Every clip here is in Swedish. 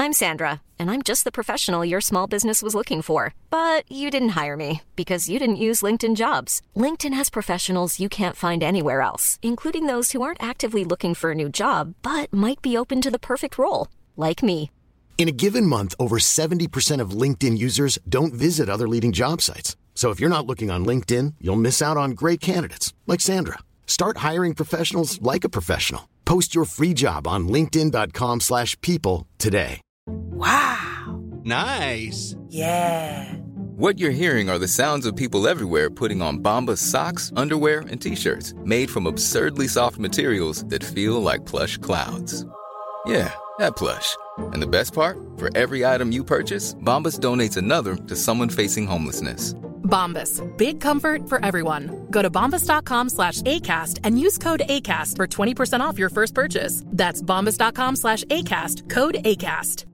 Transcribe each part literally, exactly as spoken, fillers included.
I'm Sandra, and I'm just the professional your small business was looking for. But you didn't hire me because you didn't use LinkedIn Jobs. LinkedIn has professionals you can't find anywhere else, including those who aren't actively looking for a new job, but might be open to the perfect role, like me. In a given month, over seventy percent of LinkedIn users don't visit other leading job sites. So if you're not looking on LinkedIn, you'll miss out on great candidates like Sandra. Start hiring professionals like a professional. Post your free job on linkedin dot com slash people today. Wow. Nice. Yeah. What you're hearing are the sounds of people everywhere putting on Bombas socks, underwear, and T-shirts made from absurdly soft materials that feel like plush clouds. Yeah, that plush. And the best part? For every item you purchase, Bombas donates another to someone facing homelessness. Bombas. Big comfort for everyone. Go to bombas.com slash ACAST and use code ACAST for twenty percent off your first purchase. That's bombas.com slash ACAST. Code ACAST.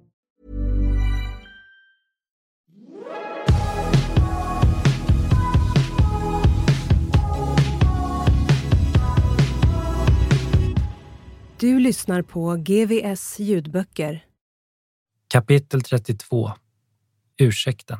Du lyssnar på G V S ljudböcker. Kapitel trettiotvå. Ursäkten.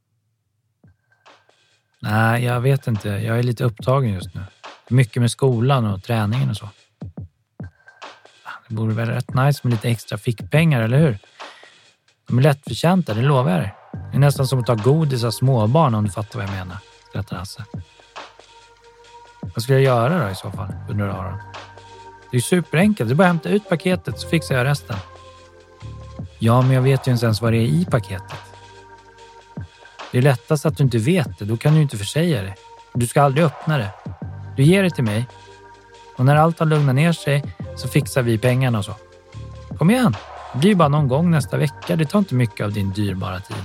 Nej, jag vet inte. Jag är lite upptagen just nu. Mycket med skolan och träningen och så. Det borde väl rätt nice med lite extra fickpengar, eller hur? De är lättförtjänta, det lovar jag dig. Det är nästan som att ta godis av småbarn, om du fattar vad jag menar, skrattar Hasse. Vad ska jag göra då i så fall, undrar Aron. Det är ju superenkelt, det är bara att hämta ut paketet så fixar jag resten. Ja, men jag vet ju inte ens vad det är i paketet. Det är lättast att du inte vet det, då kan du inte försäga det. Du ska aldrig öppna det. Du ger det till mig. Och när allt har lugnat ner sig så fixar vi pengarna och så. Kom igen, det blir bara någon gång nästa vecka. Det tar inte mycket av din dyrbara tid.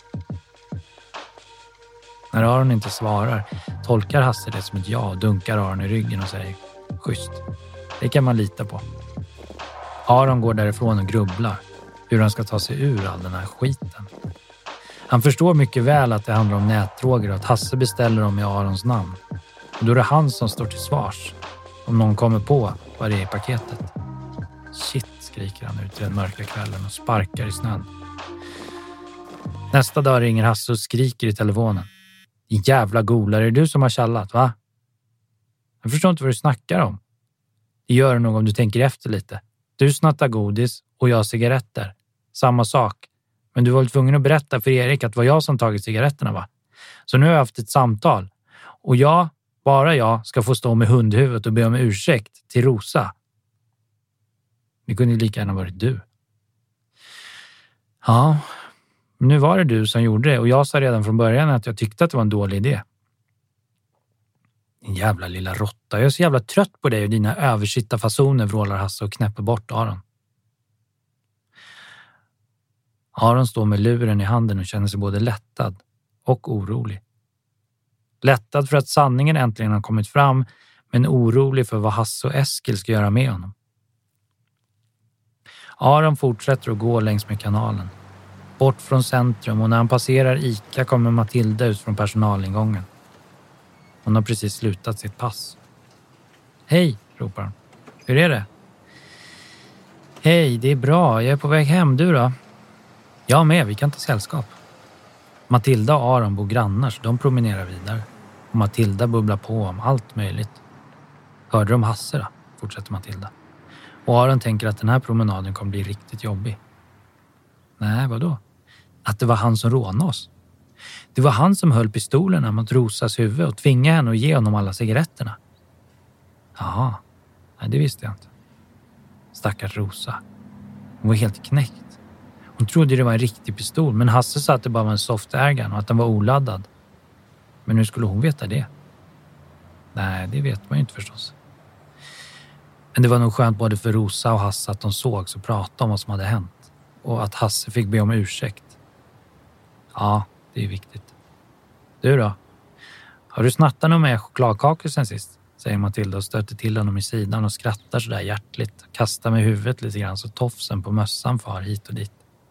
När Aron inte svarar tolkar Hasse det som ett ja och dunkar Aron i ryggen och säger schysst. Det kan man lita på. Aron går därifrån och grubblar hur han ska ta sig ur all den här skiten. Han förstår mycket väl att det handlar om nätdroger och att Hasse beställer dem i Arons namn. Och då är det han som står till svars om någon kommer på vad det är i paketet. Shit, skriker han ut i den mörka kvällen och sparkar i snön. Nästa dag ringer Hasse och skriker i telefonen. Din jävla golare, är det du som har kallat, va? Jag förstår inte vad du snackar om. Det gör nog om du tänker efter lite. Du snattar godis och jag cigaretter. Samma sak. Men du var tvungen att berätta för Erik att det var jag som tagit cigaretterna, va? Så nu har jag haft ett samtal. Och jag, bara jag, ska få stå med hundhuvudet och be om ursäkt till Rosa. Det kunde ju lika gärna varit du. Ja, men nu var det du som gjorde det. Och jag sa redan från början att jag tyckte att det var en dålig idé. Din jävla lilla råtta. Jag är så jävla trött på dig och dina översitta fasoner, vrålar Hasse och knäpper bort Aron. Aron står med luren i handen och känner sig både lättad och orolig. Lättad för att sanningen äntligen har kommit fram, men orolig för vad Hasse och Eskil ska göra med honom. Aron fortsätter att gå längs med kanalen. Bort från centrum, och när han passerar Ica kommer Matilda ut från personalingången. Hon har precis slutat sitt pass. Hej, ropar hon. Hur är det? Hej, det är bra. Jag är på väg hem. Du då? Jag med, vi kan ta sällskap. Matilda och Aron bor grannar så de promenerar vidare. Och Matilda bubblar på om allt möjligt. Hörde de Hasse då? Fortsätter Matilda. Och Aron tänker att den här promenaden kommer bli riktigt jobbig. Nej, vadå? Att det var han som rånade oss. Det var han som höll pistolerna mot Rosas huvud och tvingade henne att ge honom alla cigaretterna. Jaha, nej det visste jag inte. Stackars Rosa. Hon var helt knäckt. Hon trodde det var en riktig pistol, men Hasse sa att det bara var en soft-airgun och att den var oladdad. Men hur skulle hon veta det? Nej, det vet man ju inte förstås. Men det var nog skönt både för Rosa och Hasse att de sågs och pratade om vad som hade hänt. Och att Hasse fick be om ursäkt. Ja, det är viktigt. Du då? Har du snattat någon med chokladkakor sen sist? Säger Matilda och stöter till honom i sidan och skrattar sådär hjärtligt. Kastar med huvudet lite grann så tofsen på mössan far hit och dit.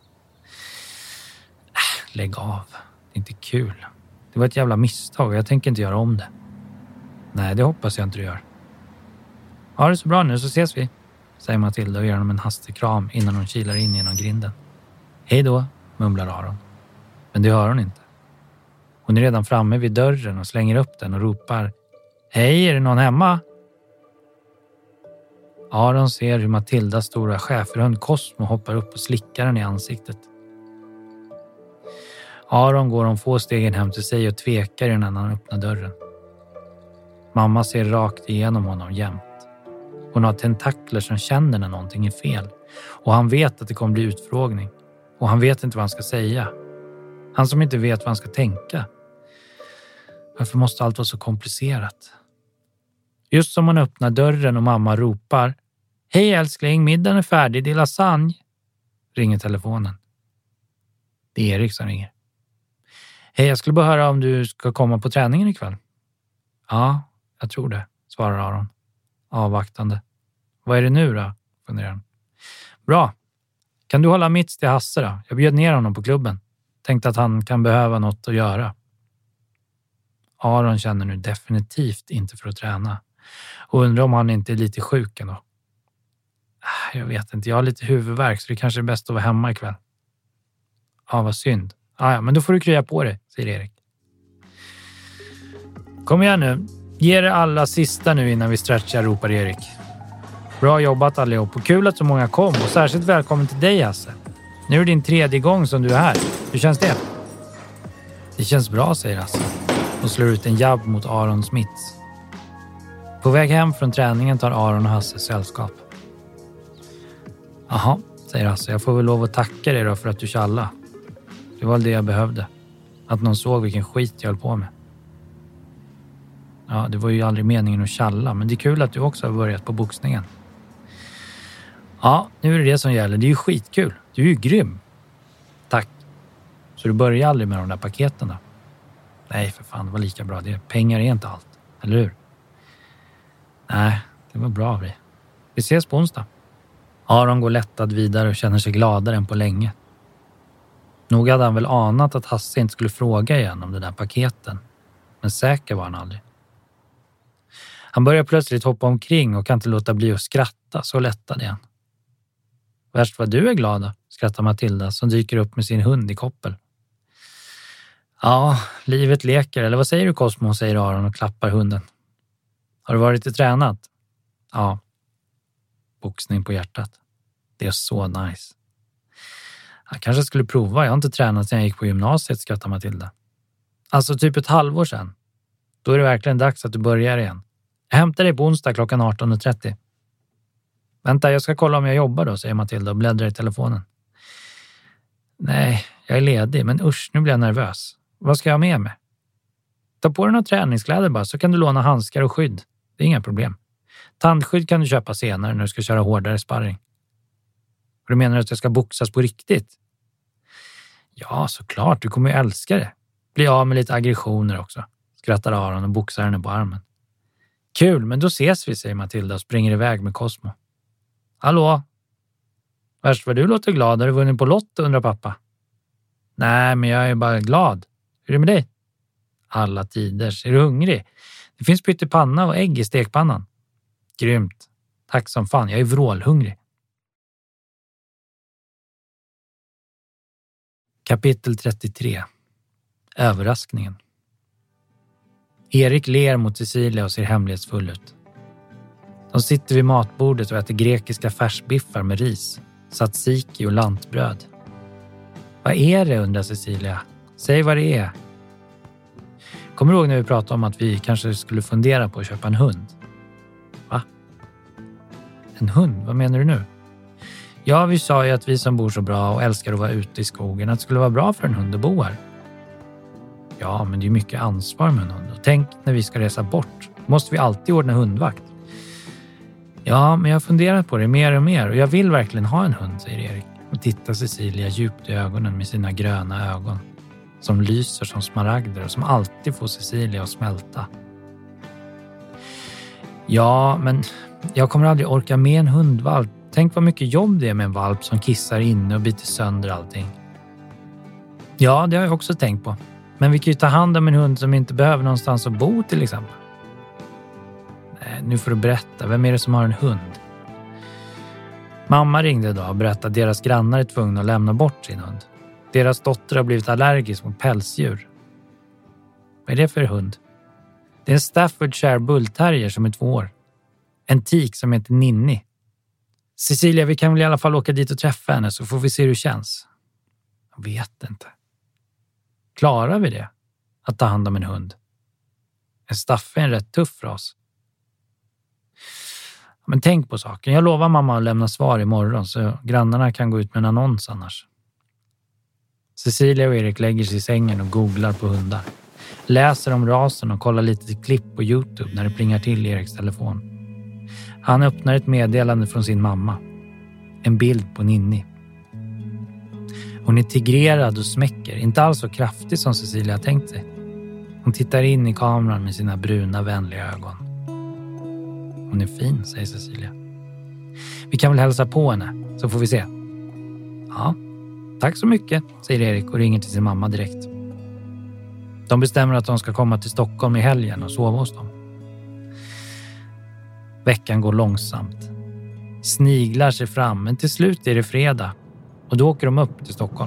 Äh, lägg av. Det är inte kul. Det var ett jävla misstag och jag tänker inte göra om det. Nej, det hoppas jag inte du gör. Ha det så bra nu så ses vi, säger Matilda och ger honom en hastig kram innan hon kilar in genom grinden. Hej då, mumlar Aron. Men det hör hon inte. Hon är redan framme vid dörren och slänger upp den och ropar: Hej, är det någon hemma? Aron ser hur Matildas stora schäferhund Cosmo hoppar upp och slickar den i ansiktet. Aron går de få stegen hem till sig och tvekar innan han öppnar dörren. Mamma ser rakt igenom honom jämt. Hon har tentakler som känner när någonting är fel. Och han vet att det kommer bli utfrågning. Och han vet inte vad han ska säga. Han som inte vet vad han ska tänka. Varför måste allt vara så komplicerat? Just som han öppnar dörren och mamma ropar: Hej älskling, middagen är färdig, det är lasagne. Ringer telefonen. Det är Erik som ringer. Hej, jag skulle bara höra om du ska komma på träningen ikväll. Ja, jag tror det, svarar Aron. Avvaktande. Vad är det nu då? Funderar han. Bra. Kan du hålla mitt till Hasse då? Jag bjöd ner honom på klubben. Tänkte att han kan behöva något att göra. Aron känner nu definitivt inte för att träna. Och undrar om han inte är lite sjuk ändå. Jag vet inte, jag har lite huvudvärk så det kanske är bäst att vara hemma ikväll. Ja, vad synd. Ja, men då får du krya på det, säger Erik. Kom igen nu. Ge det alla sista nu innan vi stretchar, ropar Erik. Bra jobbat allihop och kul att så många kom och särskilt välkommen till dig, Hasse. Nu är det din tredje gång som du är här. Hur känns det? Det känns bra, säger Hasse och slår ut en jabb mot Arons mitts. På väg hem från träningen tar Aron och Hasse sällskap. Jaha, säger Hasse. Jag får väl lov att tacka dig då för att du tjallade. Det var det jag behövde. Att någon såg vilken skit jag höll på med. Ja, det var ju aldrig meningen att tjalla, men det är kul att du också har börjat på boxningen. Ja, nu är det det som gäller. Det är ju skitkul. Du är ju grym. Tack. Så du börjar aldrig med de där paketen då? Nej, för fan, det var lika bra. Det. Pengar är inte allt, eller hur? Nej, det var bra av dig. Vi ses på onsdag. Aron går lättad vidare och känner sig gladare än på länge. Nog hade han väl anat att Hasse inte skulle fråga igen om de där paketen. Men säker var han aldrig. Han börjar plötsligt hoppa omkring och kan inte låta bli att skratta, så lättad är han. Värst vad du är glad då, skrattar Matilda som dyker upp med sin hund i koppel. Ja, livet leker, eller vad säger du Cosmo, säger Aron och klappar hunden. Har du varit och tränat? Ja. Boxning på hjärtat. Det är så nice. Jag kanske skulle prova, jag har inte tränat sedan jag gick på gymnasiet, skrattar Matilda. Alltså typ ett halvår sedan. Då är det verkligen dags att du börjar igen. Jag hämtar dig på onsdag klockan arton trettio. Vänta, jag ska kolla om jag jobbar då, säger Matilda och bläddrar i telefonen. Nej, jag är ledig, men usch, nu blir jag nervös. Vad ska jag ha med mig? Ta på dig några träningskläder bara, så kan du låna handskar och skydd. Det är inga problem. Tandskydd kan du köpa senare när du ska köra hårdare sparring. Och du menar att jag ska boxas på riktigt? Ja, såklart. Du kommer ju älska det. Bli av med lite aggressioner också, skrattar Aron och boxar henne på armen. Kul, men då ses vi, säger Matilda och springer iväg med Cosmo. Hallå? Värst vad du låter glad. Har du vunnit på lott, undrar pappa. Nej, men jag är bara glad. Hur är det med dig? Alla tiders. Är du hungrig? Det finns pyttipanna och ägg i stekpannan. Grymt. Tack som fan, jag är vrålhungrig. Kapitel trettiotre. Överraskningen. Erik ler mot Cecilia och ser hemlighetsfull ut. De sitter vid matbordet och äter grekiska färsbiffar med ris, tzatziki och lantbröd. Vad är det, undrar Cecilia. Säg vad det är. Kommer du ihåg när vi pratade om att vi kanske skulle fundera på att köpa en hund? Va? En hund? Vad menar du nu? Ja, vi sa ju att vi som bor så bra och älskar att vara ute i skogen, att det skulle vara bra för en hund att bo här. Ja, men det är mycket ansvar med en hund. Och tänk när vi ska resa bort. Måste vi alltid ordna hundvakt? Ja, men jag har funderat på det mer och mer. Och jag vill verkligen ha en hund, säger Erik. Och tittar Cecilia djupt i ögonen med sina gröna ögon. Som lyser som smaragder och som alltid får Cecilia att smälta. Ja, men jag kommer aldrig orka med en hundvalp. Tänk vad mycket jobb det är med en valp som kissar inne och biter sönder allting. Ja, det har jag också tänkt på. Men vi kan ju ta hand om en hund som inte behöver någonstans att bo till exempel. Nej, nu får du berätta. Vem är det som har en hund? Mamma ringde då och berättade att deras grannar är tvungna att lämna bort sin hund. Deras dotter har blivit allergisk mot pälsdjur. Vad är det för hund? Det är en Staffordshire bullterrier som är två år. En tik som heter Ninni. Cecilia, vi kan väl i alla fall åka dit och träffa henne så får vi se hur det känns. Jag vet inte. Klarar vi det? Att ta hand om en hund? En Staff är en rätt tuff ras. Men tänk på saken. Jag lovar mamma att lämna svar imorgon så grannarna kan gå ut med en annons annars. Cecilia och Erik lägger sig i sängen och googlar på hundar. Läser om rasen och kollar lite klipp på YouTube när det plingar till Eriks telefon. Han öppnar ett meddelande från sin mamma. En bild på Ninni. Hon är tigrerad och smäcker, inte alls så kraftig som Cecilia tänkt sig. Hon tittar in i kameran med sina bruna vänliga ögon. Hon är fin, säger Cecilia. Vi kan väl hälsa på henne, så får vi se. Ja, tack så mycket, säger Erik och ringer till sin mamma direkt. De bestämmer att de ska komma till Stockholm i helgen och sova hos dem. Veckan går långsamt. Sniglar sig fram, men till slut är det fredag. Och då åker de upp till Stockholm.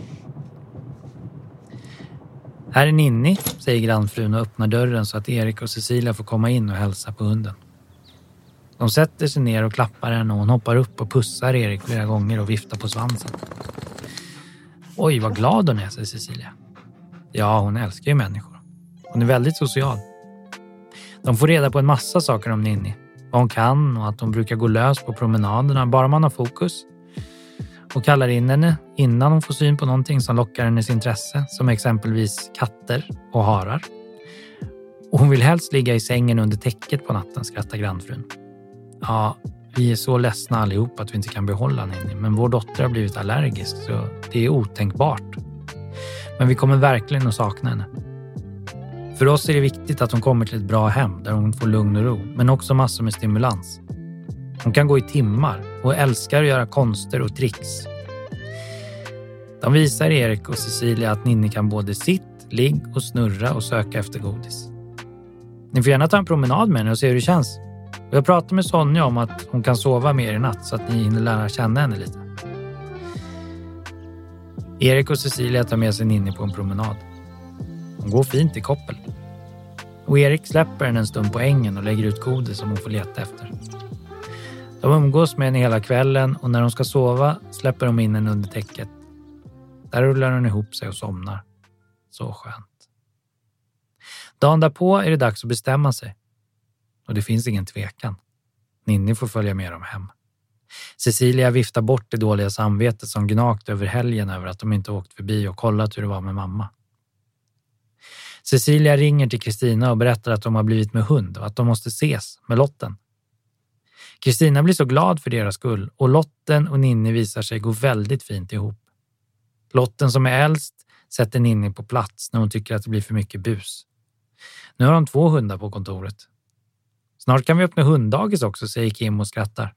Här är Ninni, säger grannfrun och öppnar dörren så att Erik och Cecilia får komma in och hälsa på hunden. De sätter sig ner och klappar henne och hon hoppar upp och pussar Erik flera gånger och viftar på svansen. Oj, vad glad hon är, säger Cecilia. Ja, hon älskar ju människor. Hon är väldigt social. De får reda på en massa saker om Ninni. Vad hon kan och att hon brukar gå lös på promenaderna bara man har fokus. Och kallar in henne innan hon får syn på någonting som lockar hennes intresse. Som exempelvis katter och harar. Och hon vill helst ligga i sängen under täcket på natten, skrattar grannfrun. Ja, vi är så ledsna allihop att vi inte kan behålla Ninni. Men vår dotter har blivit allergisk så det är otänkbart. Men vi kommer verkligen att sakna henne. För oss är det viktigt att hon kommer till ett bra hem där hon får lugn och ro. Men också massor med stimulans. Hon kan gå i timmar och älskar att göra konster och tricks. De visar Erik och Cecilia att Ninni kan både sitt, ligg och snurra och söka efter godis. Ni får gärna ta en promenad med henne och se hur det känns. Och jag pratar med Sonja om att hon kan sova mer i natt så att ni hinner lära känna henne lite. Erik och Cecilia tar med sig Ninni på en promenad. Hon går fint i koppel. Och Erik släpper henne en stund på ängen och lägger ut godis som hon får leta efter. De umgås med henne hela kvällen och när de ska sova släpper de in henne under täcket. Där rullar hon ihop sig och somnar. Så skönt. Dagen därpå är det dags att bestämma sig. Och det finns ingen tvekan. Ninni får följa med dem hem. Cecilia viftar bort det dåliga samvetet som gnagt över helgen över att de inte åkt förbi och kollat hur det var med mamma. Cecilia ringer till Kristina och berättar att de har blivit med hund och att de måste ses med Lotten. Kristina blir så glad för deras skull och Lotten och Ninni visar sig gå väldigt fint ihop. Lotten som är äldst sätter Ninni på plats när hon tycker att det blir för mycket bus. Nu har de två hundar på kontoret. Snart kan vi öppna hunddagis också, säger Kim och skrattar.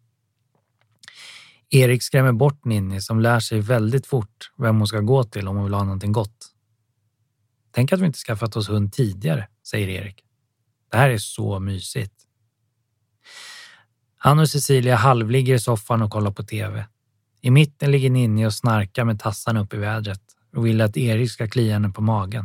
Erik skrämmer bort Ninni som lär sig väldigt fort vem hon ska gå till om hon vill ha någonting gott. Tänk att vi inte skaffat oss hund tidigare, säger Erik. Det här är så mysigt. Han och Cecilia halvligger i soffan och kollar på tv. I mitten ligger Ninni och snarkar med tassarna upp i vädret och vill att Erik ska klia henne på magen.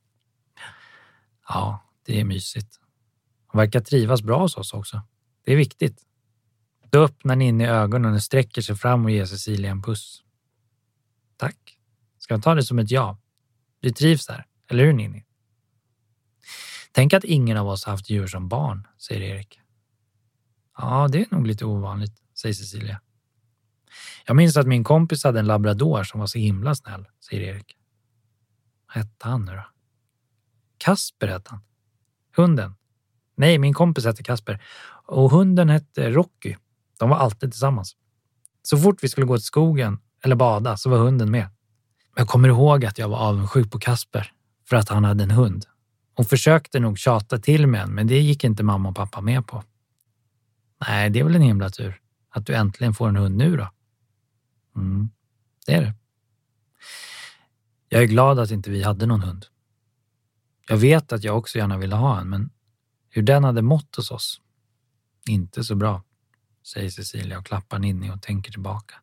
Ja, det är mysigt. Hon verkar trivas bra hos oss också. Det är viktigt. Då öppnar Ninni ögonen och sträcker sig fram och ger Cecilia en puss. Tack. Ska jag ta det som ett ja? Du trivs där, eller hur Ninni? Tänk att ingen av oss har haft djur som barn, säger Erik. Ja, det är nog lite ovanligt, säger Cecilia. Jag minns att min kompis hade en labrador som var så himla snäll, säger Erik. Vad hette han nu då? Kasper hette han. Hunden. Nej, min kompis hette Kasper. Och hunden hette Rocky. De var alltid tillsammans. Så fort vi skulle gå till skogen eller bada så var hunden med. Jag kommer ihåg att jag var avundsjuk på Kasper för att han hade en hund. Hon försökte nog tjata till mig, men det gick inte mamma och pappa med på. Nej, det är väl en himla tur att du äntligen får en hund nu då. Mm, det är det. Jag är glad att inte vi hade någon hund. Jag vet att jag också gärna ville ha en, men hur den hade mått hos oss. Inte så bra. säger Cecilia och klappar Ninni och tänker tillbaka.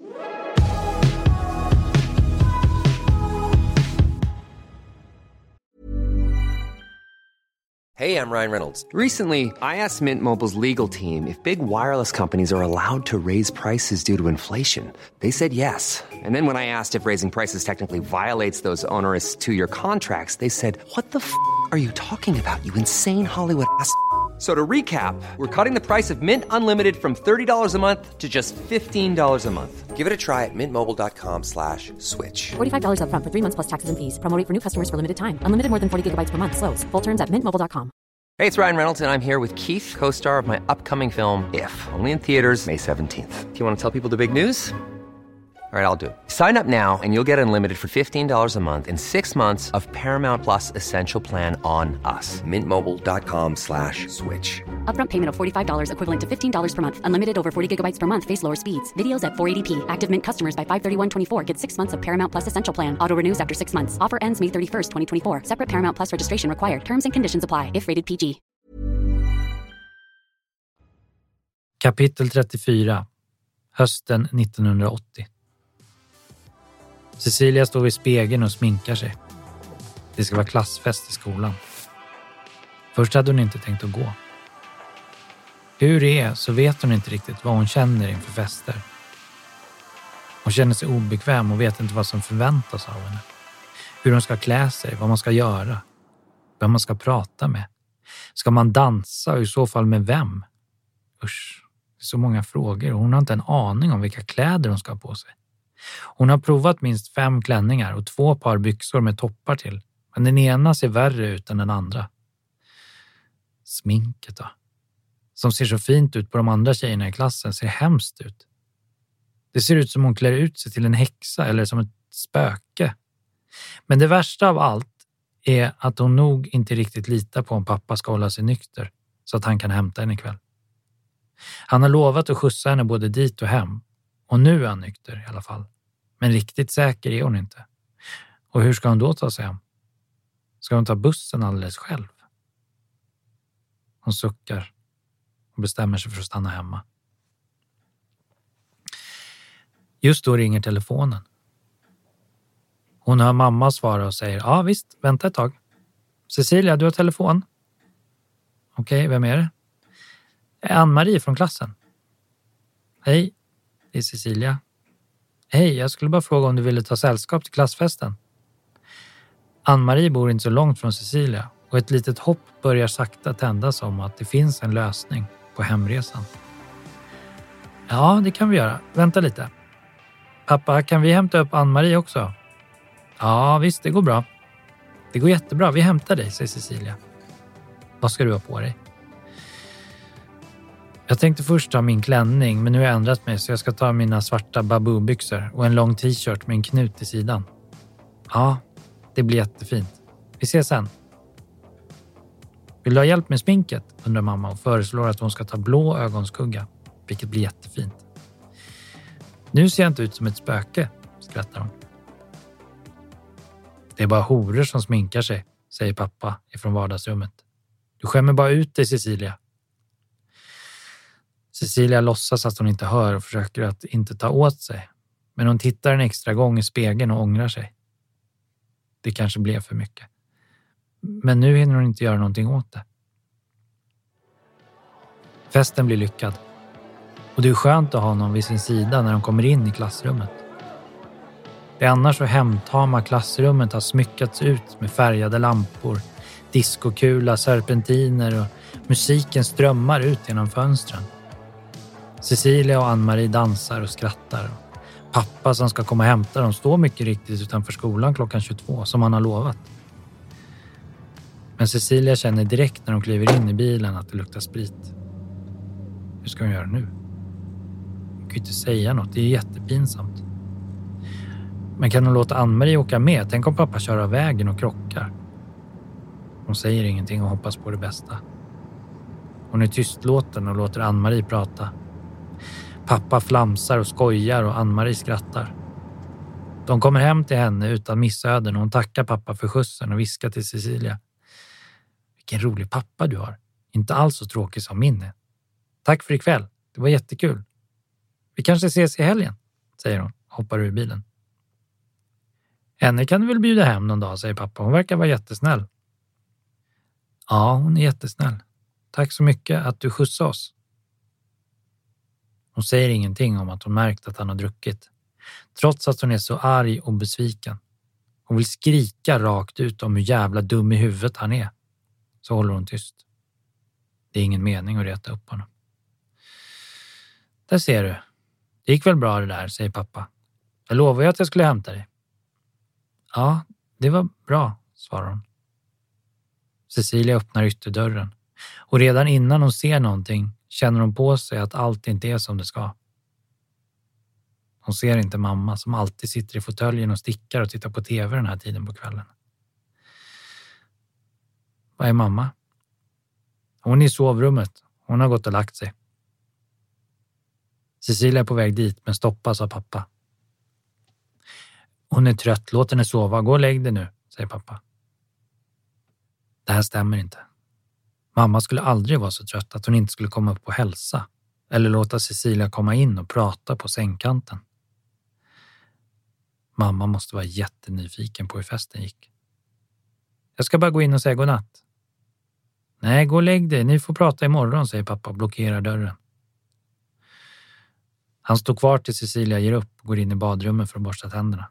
Hey, I'm Ryan Reynolds. Recently, I asked Mint Mobile's legal team if big wireless companies are allowed to raise prices due to inflation. They said yes. And then when I asked if raising prices technically violates those onerous two-year contracts, they said, "What the f*** are you talking about, you insane Hollywood ass?" So to recap, we're cutting the price of Mint Unlimited from thirty dollars a month to just fifteen dollars a month. Give it a try at mintmobile.com slash switch. forty-five dollars up front for three months plus taxes and fees. Promo rate for new customers for limited time. Unlimited more than forty gigabytes per month. Slows full terms at mint mobile dot com. Hey, it's Ryan Reynolds, and I'm here with Keith, co-star of my upcoming film, If, only in theaters May seventeenth. Do you want to tell people the big news? All right, I'll do it. Sign up now and you'll get unlimited for fifteen dollars a month and six months of Paramount Plus Essential Plan on us. mintmobile.com slash switch. Upfront payment of forty-five dollars equivalent to fifteen dollars per month. Unlimited over forty gigabytes per month. Face lower speeds. Videos at four eighty p. Active Mint customers by five thirty-one twenty-four get six months of Paramount Plus Essential Plan. Auto renews after six months. Offer ends May thirty-first, twenty twenty-four. Separate Paramount Plus registration required. Terms and conditions apply if rated P G. Kapitel trettiofyra. Hösten nittonhundraåttio. Cecilia står vid spegeln och sminkar sig. Det ska vara klassfest i skolan. Först hade hon inte tänkt att gå. Hur det är så vet hon inte riktigt vad hon känner inför fester. Hon känner sig obekväm och vet inte vad som förväntas av henne. Hur hon ska klä sig, vad man ska göra. Vem man ska prata med. Ska man dansa och i så fall med vem? Usch, det är så många frågor och hon har inte en aning om vilka kläder hon ska ha på sig. Hon har provat minst fem klänningar och två par byxor med toppar till. Men den ena ser värre ut än den andra. Sminket då. Som ser så fint ut på de andra tjejerna i klassen ser hemskt ut. Det ser ut som hon klär ut sig till en häxa eller som ett spöke. Men det värsta av allt är att hon nog inte riktigt litar på om pappa ska hålla sig nykter så att han kan hämta henne ikväll. Han har lovat att skjutsa henne både dit och hem. Och nu är han nykter i alla fall. Men riktigt säker är hon inte. Och hur ska hon då ta sig hem? Ska hon ta bussen alldeles själv? Hon suckar och bestämmer sig för att stanna hemma. Just då ringer telefonen. Hon hör mamma svara och säger, ja visst, vänta ett tag. Cecilia, du har telefon? Okej, vem är det? Det är Ann-Marie från klassen. Hej, det är Cecilia. Hej, jag skulle bara fråga om du ville ta sällskap till klassfesten. Ann-Marie bor inte så långt från Cecilia och ett litet hopp börjar sakta tändas om att det finns en lösning på hemresan. Ja, det kan vi göra. Vänta lite. Pappa, kan vi hämta upp Ann-Marie också? Ja, visst, det går bra. Det går jättebra, vi hämtar dig, säger Cecilia. Vad ska du ha på dig? Jag tänkte först ta min klänning, men nu har jag ändrat mig så jag ska ta mina svarta baboo-byxor och en lång t-shirt med en knut i sidan. Ja, det blir jättefint. Vi ses sen. Vill du ha hjälp med sminket? Undrar mamma och föreslår att hon ska ta blå ögonskugga, vilket blir jättefint. Nu ser jag inte ut som ett spöke, skrattar hon. Det är bara horor som sminkar sig, säger pappa ifrån vardagsrummet. Du skämmer bara ut dig, Cecilia. Cecilia låtsas att hon inte hör och försöker att inte ta åt sig. Men hon tittar en extra gång i spegeln och ångrar sig. Det kanske blev för mycket. Men nu hinner hon inte göra någonting åt det. Festen blir lyckad. Och det är skönt att ha någon vid sin sida när de kommer in i klassrummet. Det annars så hemtama klassrummet har smyckats ut med färgade lampor, diskokula, serpentiner och musiken strömmar ut genom fönstren. Cecilia och Ann-Marie dansar och skrattar. Pappa som ska komma och hämta dem står mycket riktigt utanför skolan klockan tjugotvå som han har lovat. Men Cecilia känner direkt när de kliver in i bilen att det luktar sprit. Hur ska hon göra nu? Hon kan ju inte säga något, det är jättepinsamt. Men kan hon låta Ann-Marie åka med? Tänk om pappa kör av vägen och krockar. Hon säger ingenting och hoppas på det bästa. Hon är tystlåten och låter Ann-Marie prata. Pappa flamsar och skojar och Ann-Marie skrattar. De kommer hem till henne utan missöden och hon tackar pappa för skjutsen och viskar till Cecilia. Vilken rolig pappa du har. Inte alls så tråkig som min. Tack för ikväll. Det var jättekul. Vi kanske ses i helgen, säger hon och hoppar ur bilen. Henne kan du väl bjuda hem någon dag, säger pappa. Hon verkar vara jättesnäll. Ja, hon är jättesnäll. Tack så mycket att du skjutsade oss. Hon säger ingenting om att hon märkt att han har druckit. Trots att hon är så arg och besviken. Hon vill skrika rakt ut om hur jävla dum i huvudet han är. Så håller hon tyst. Det är ingen mening att reta upp honom. Där ser du. Det gick väl bra det där, säger pappa. Jag lovade ju att jag skulle hämta dig. Ja, det var bra, svarar hon. Cecilia öppnar ytterdörren. Och redan innan hon ser någonting känner hon på sig att allt inte är som det ska. Hon ser inte mamma som alltid sitter i fåtöljen och stickar och tittar på tv den här tiden på kvällen. Vad är mamma? Hon är i sovrummet. Hon har gått och lagt sig. Cecilia är på väg dit men stoppas av pappa. Hon är trött, låt henne sova. Gå och lägg dig nu, säger pappa. Det här stämmer inte. Mamma skulle aldrig vara så trött att hon inte skulle komma upp och hälsa. Eller låta Cecilia komma in och prata på sängkanten. Mamma måste vara jättenyfiken på hur festen gick. Jag ska bara gå in och säga godnatt. Nej, gå och lägg dig. Ni får prata imorgon, säger pappa och blockerar dörren. Han står kvar till Cecilia ger upp och går in i badrummet för att borsta tänderna.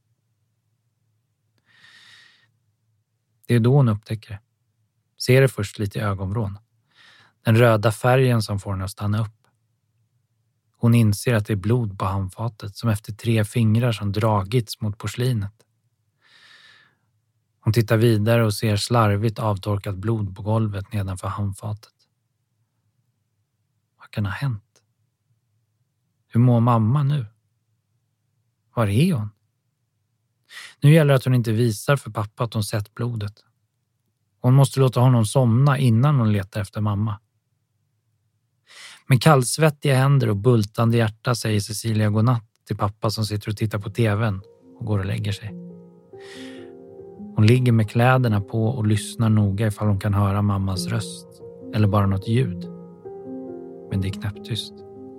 Det är då hon upptäcker det. Ser det först lite i ögonvrån. Den röda färgen som får henne att stanna upp. Hon inser att det är blod på handfatet som efter tre fingrar som dragits mot porslinet. Hon tittar vidare och ser slarvigt avtorkat blod på golvet nedanför handfatet. Vad kan ha hänt? Hur mår mamma nu? Var är hon? Nu gäller det att hon inte visar för pappa att hon sett blodet. Hon måste låta honom somna innan hon letar efter mamma. Med kallsvettiga händer och bultande hjärta säger Cecilia godnatt till pappa som sitter och tittar på tvn och går och lägger sig. Hon ligger med kläderna på och lyssnar noga ifall hon kan höra mammas röst eller bara något ljud. Men det är knäpptyst.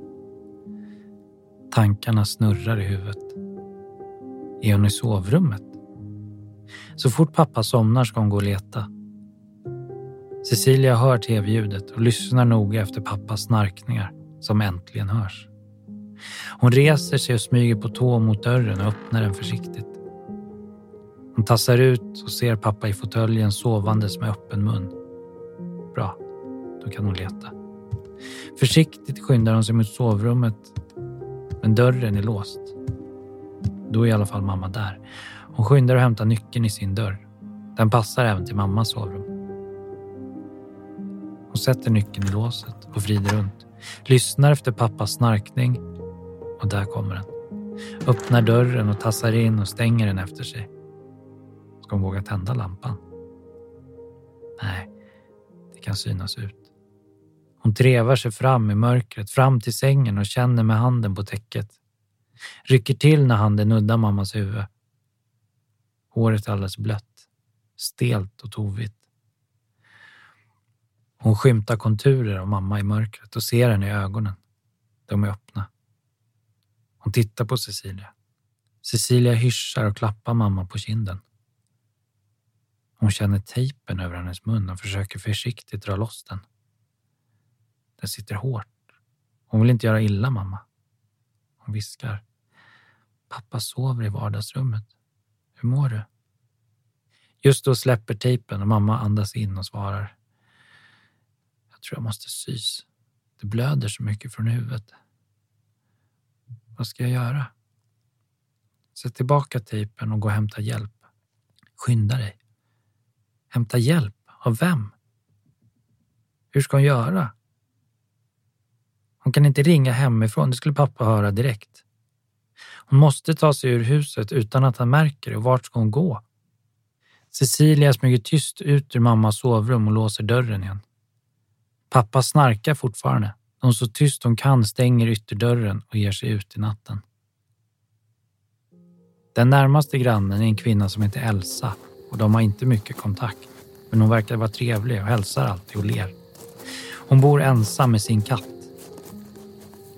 Tankarna snurrar i huvudet. Är hon i sovrummet? Så fort pappa somnar ska hon gå och leta. Cecilia hör tv-ljudet och lyssnar noga efter pappas snarkningar som äntligen hörs. Hon reser sig och smyger på tå mot dörren och öppnar den försiktigt. Hon tassar ut och ser pappa i fåtöljen sovandes med öppen mun. Bra, då kan hon leta. Försiktigt skyndar hon sig mot sovrummet, men dörren är låst. Då är i alla fall mamma där. Hon skyndar och hämtar nyckeln i sin dörr. Den passar även till mammas sovrum. Hon sätter nyckeln i låset och vrider runt. Lyssnar efter pappas snarkning och där kommer den. Öppnar dörren och tassar in och stänger den efter sig. Ska hon våga tända lampan? Nej, det kan synas ut. Hon trevar sig fram i mörkret, fram till sängen och känner med handen på täcket. Rycker till när handen nuddar mammas huvud. Håret är alldeles blött, stelt och tovigt. Hon skymtar konturer av mamma i mörkret och ser henne i ögonen. De är öppna. Hon tittar på Cecilia. Cecilia hyschar och klappar mamma på kinden. Hon känner tejpen över hennes mun och försöker försiktigt dra loss den. Den sitter hårt. Hon vill inte göra illa mamma. Hon viskar. Pappa sover i vardagsrummet. Hur mår du? Just då släpper tejpen och mamma andas in och svarar. Jag tror jag måste sys. Det blöder så mycket från huvudet. Vad ska jag göra? Sätt tillbaka tejpen och gå och hämta hjälp. Skynda dig. Hämta hjälp? Av vem? Hur ska hon göra? Hon kan inte ringa hemifrån, det skulle pappa höra direkt. Hon måste ta sig ur huset utan att han märker det, och vart ska hon gå? Cecilia smyger tyst ut ur mammas sovrum och låser dörren igen. Pappa snarkar fortfarande. Hon så tyst hon kan stänger ytterdörren och ger sig ut i natten. Den närmaste grannen är en kvinna som heter Elsa och de har inte mycket kontakt. Men hon verkar vara trevlig och hälsar alltid och ler. Hon bor ensam med sin katt.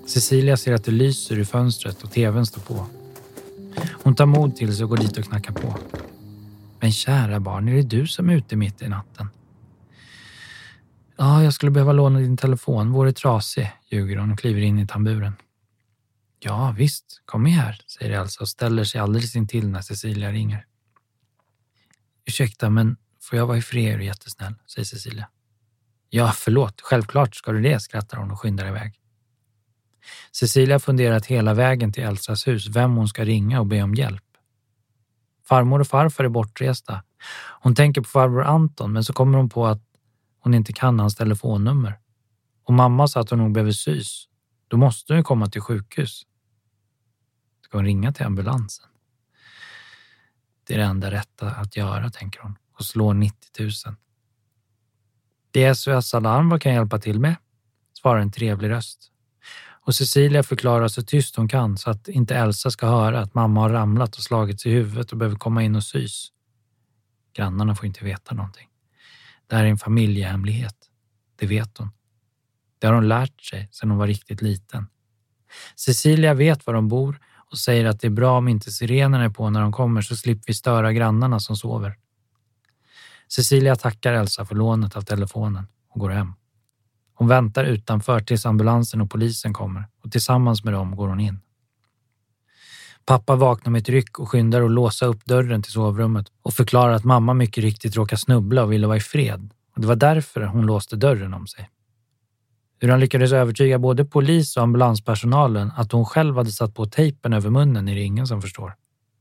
Cecilia ser att det lyser i fönstret och tvn står på. Hon tar mod till sig och går dit och knackar på. Men kära barn, är det du som är ute mitt i natten? Ja, jag skulle behöva låna din telefon. Vår är trasig, ljuger hon och kliver in i tamburen. Ja, visst. Kom med här, säger Elsa och ställer sig alldeles intill när Cecilia ringer. Ursäkta, men får jag vara i fred, är du jättesnäll, säger Cecilia. Ja, förlåt. Självklart ska du det, skrattar hon och skyndar iväg. Cecilia funderat hela vägen till Elsas hus vem hon ska ringa och be om hjälp. Farmor och farfar är bortresta. Hon tänker på farbror Anton, men så kommer hon på att hon inte kan hans telefonnummer. Och mamma sa att hon nog behöver sys. Då måste hon ju komma till sjukhus. Ska hon ringa till ambulansen? Det är det enda rätta att göra, tänker hon. Och slår nittio tusen. Det är S O S Alarm, vad kan jag hjälpa till med? Svarar en trevlig röst. Och Cecilia förklarar så tyst hon kan så att inte Elsa ska höra att mamma har ramlat och slagit sig i huvudet och behöver komma in och sys. Grannarna får inte veta någonting. Det här är en familjehemlighet. Det vet hon. Det har hon lärt sig sedan hon var riktigt liten. Cecilia vet var de bor och säger att det är bra om inte sirenerna är på när de kommer så slipper vi störa grannarna som sover. Cecilia tackar Elsa för lånet av telefonen och går hem. Hon väntar utanför tills ambulansen och polisen kommer och tillsammans med dem går hon in. Pappa vaknar med ett ryck och skyndar att låsa upp dörren till sovrummet och förklarar att mamma mycket riktigt råkar snubbla och ville vara i fred. Och det var därför hon låste dörren om sig. Hur han lyckades övertyga både polis och ambulanspersonalen att hon själv hade satt på tejpen över munnen är det ingen som förstår.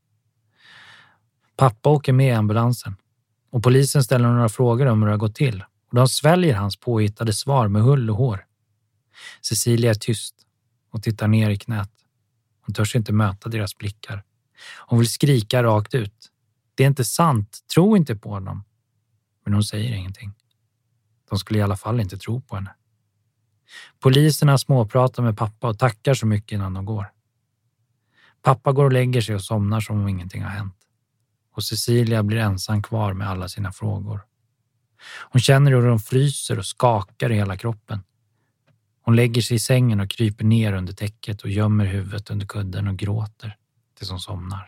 Pappa åker med i ambulansen och polisen ställer några frågor om hur det har gått till. Och de sväljer hans påhittade svar med hull och hår. Cecilia är tyst och tittar ner i knät. Hon törs inte möta deras blickar. Hon vill skrika rakt ut. Det är inte sant, tro inte på dem. Men hon säger ingenting. De skulle i alla fall inte tro på henne. Poliserna småpratar med pappa och tackar så mycket innan de går. Pappa går och lägger sig och somnar som om ingenting har hänt. Och Cecilia blir ensam kvar med alla sina frågor. Hon känner hur de fryser och skakar i hela kroppen. Hon lägger sig i sängen och kryper ner under täcket och gömmer huvudet under kudden och gråter tills hon somnar.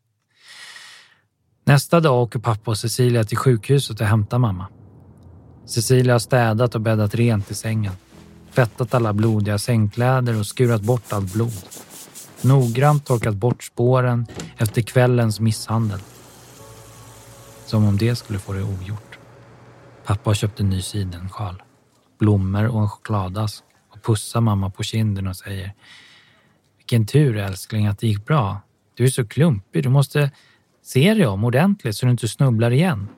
Nästa dag åker pappa och Cecilia till sjukhuset och hämtar mamma. Cecilia har städat och bäddat rent i sängen. Tvättat alla blodiga sängkläder och skurat bort allt blod. Noggrant torkat bort spåren efter kvällens misshandel. Som om det skulle få det ogjort. Pappa har köpt en ny sidensjal, blommor och en chokladask och pussar mamma på kinden och säger: vilken tur älskling att det gick bra. Du är så klumpig, du måste se dig om ordentligt så du inte snubblar igen.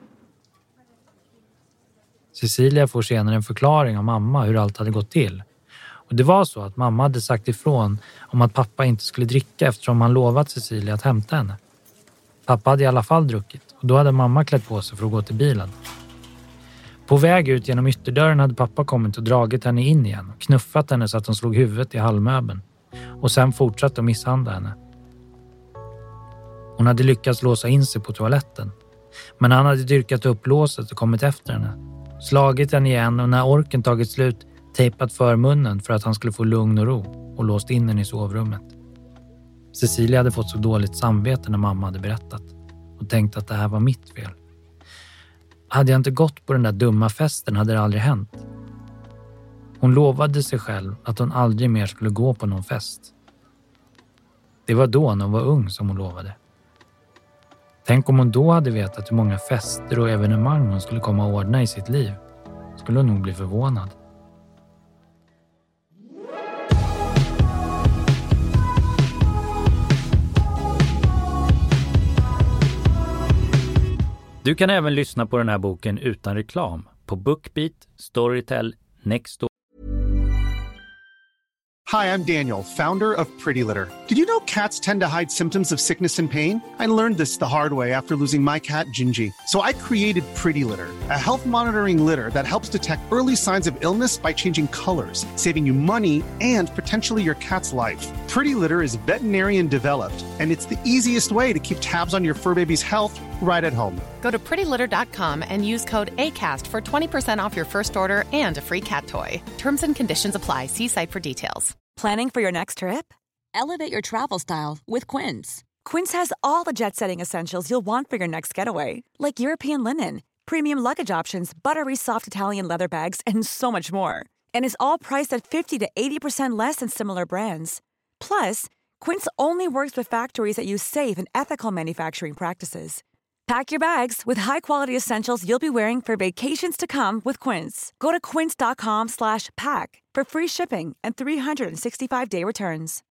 Cecilia får senare en förklaring av mamma hur allt hade gått till. Och det var så att mamma hade sagt ifrån om att pappa inte skulle dricka eftersom han lovat Cecilia att hämta henne. Pappa hade i alla fall druckit och då hade mamma klätt på sig för att gå till bilen. På väg ut genom ytterdörren hade pappa kommit och dragit henne in igen och knuffat henne så att hon slog huvudet i hallmöbeln och sen fortsatt att misshandla henne. Hon hade lyckats låsa in sig på toaletten, men han hade dyrkat upp låset och kommit efter henne. Slagit henne igen och när orken tagit slut tejpat för munnen för att han skulle få lugn och ro och låst in henne i sovrummet. Cecilia hade fått så dåligt samvete när mamma hade berättat och tänkt att det här var mitt fel. Hade jag inte gått på den där dumma festen hade det aldrig hänt. Hon lovade sig själv att hon aldrig mer skulle gå på någon fest. Det var då när hon var ung som hon lovade. Tänk om hon då hade vetat hur många fester och evenemang hon skulle komma att ordna i sitt liv. Skulle hon nog bli förvånad. Du kan även lyssna på den här boken utan reklam på BookBeat, Storytel, Nextdoor. Hi, I'm Daniel, founder of Pretty Litter. Did you know cats tend to hide symptoms of sickness and pain? I learned this the hard way after losing my cat, Gingy. So I created Pretty Litter, a health monitoring litter that helps detect early signs of illness by changing colors, saving you money and potentially your cat's life. Pretty Litter is veterinarian developed, and it's the easiest way to keep tabs on your fur baby's health right at home. Go to pretty litter dot com and use code ACAST for twenty percent off your first order and a free cat toy. Terms and conditions apply. See site for details. Planning for your next trip? Elevate your travel style with Quince. Quince has all the jet-setting essentials you'll want for your next getaway, like European linen, premium luggage options, buttery soft Italian leather bags, and so much more. And is all priced at fifty to eighty percent less than similar brands. Plus, Quince only works with factories that use safe and ethical manufacturing practices. Pack your bags with high-quality essentials you'll be wearing for vacations to come with Quince. Go to quince dot com slash pack for free shipping and three hundred sixty-five day returns.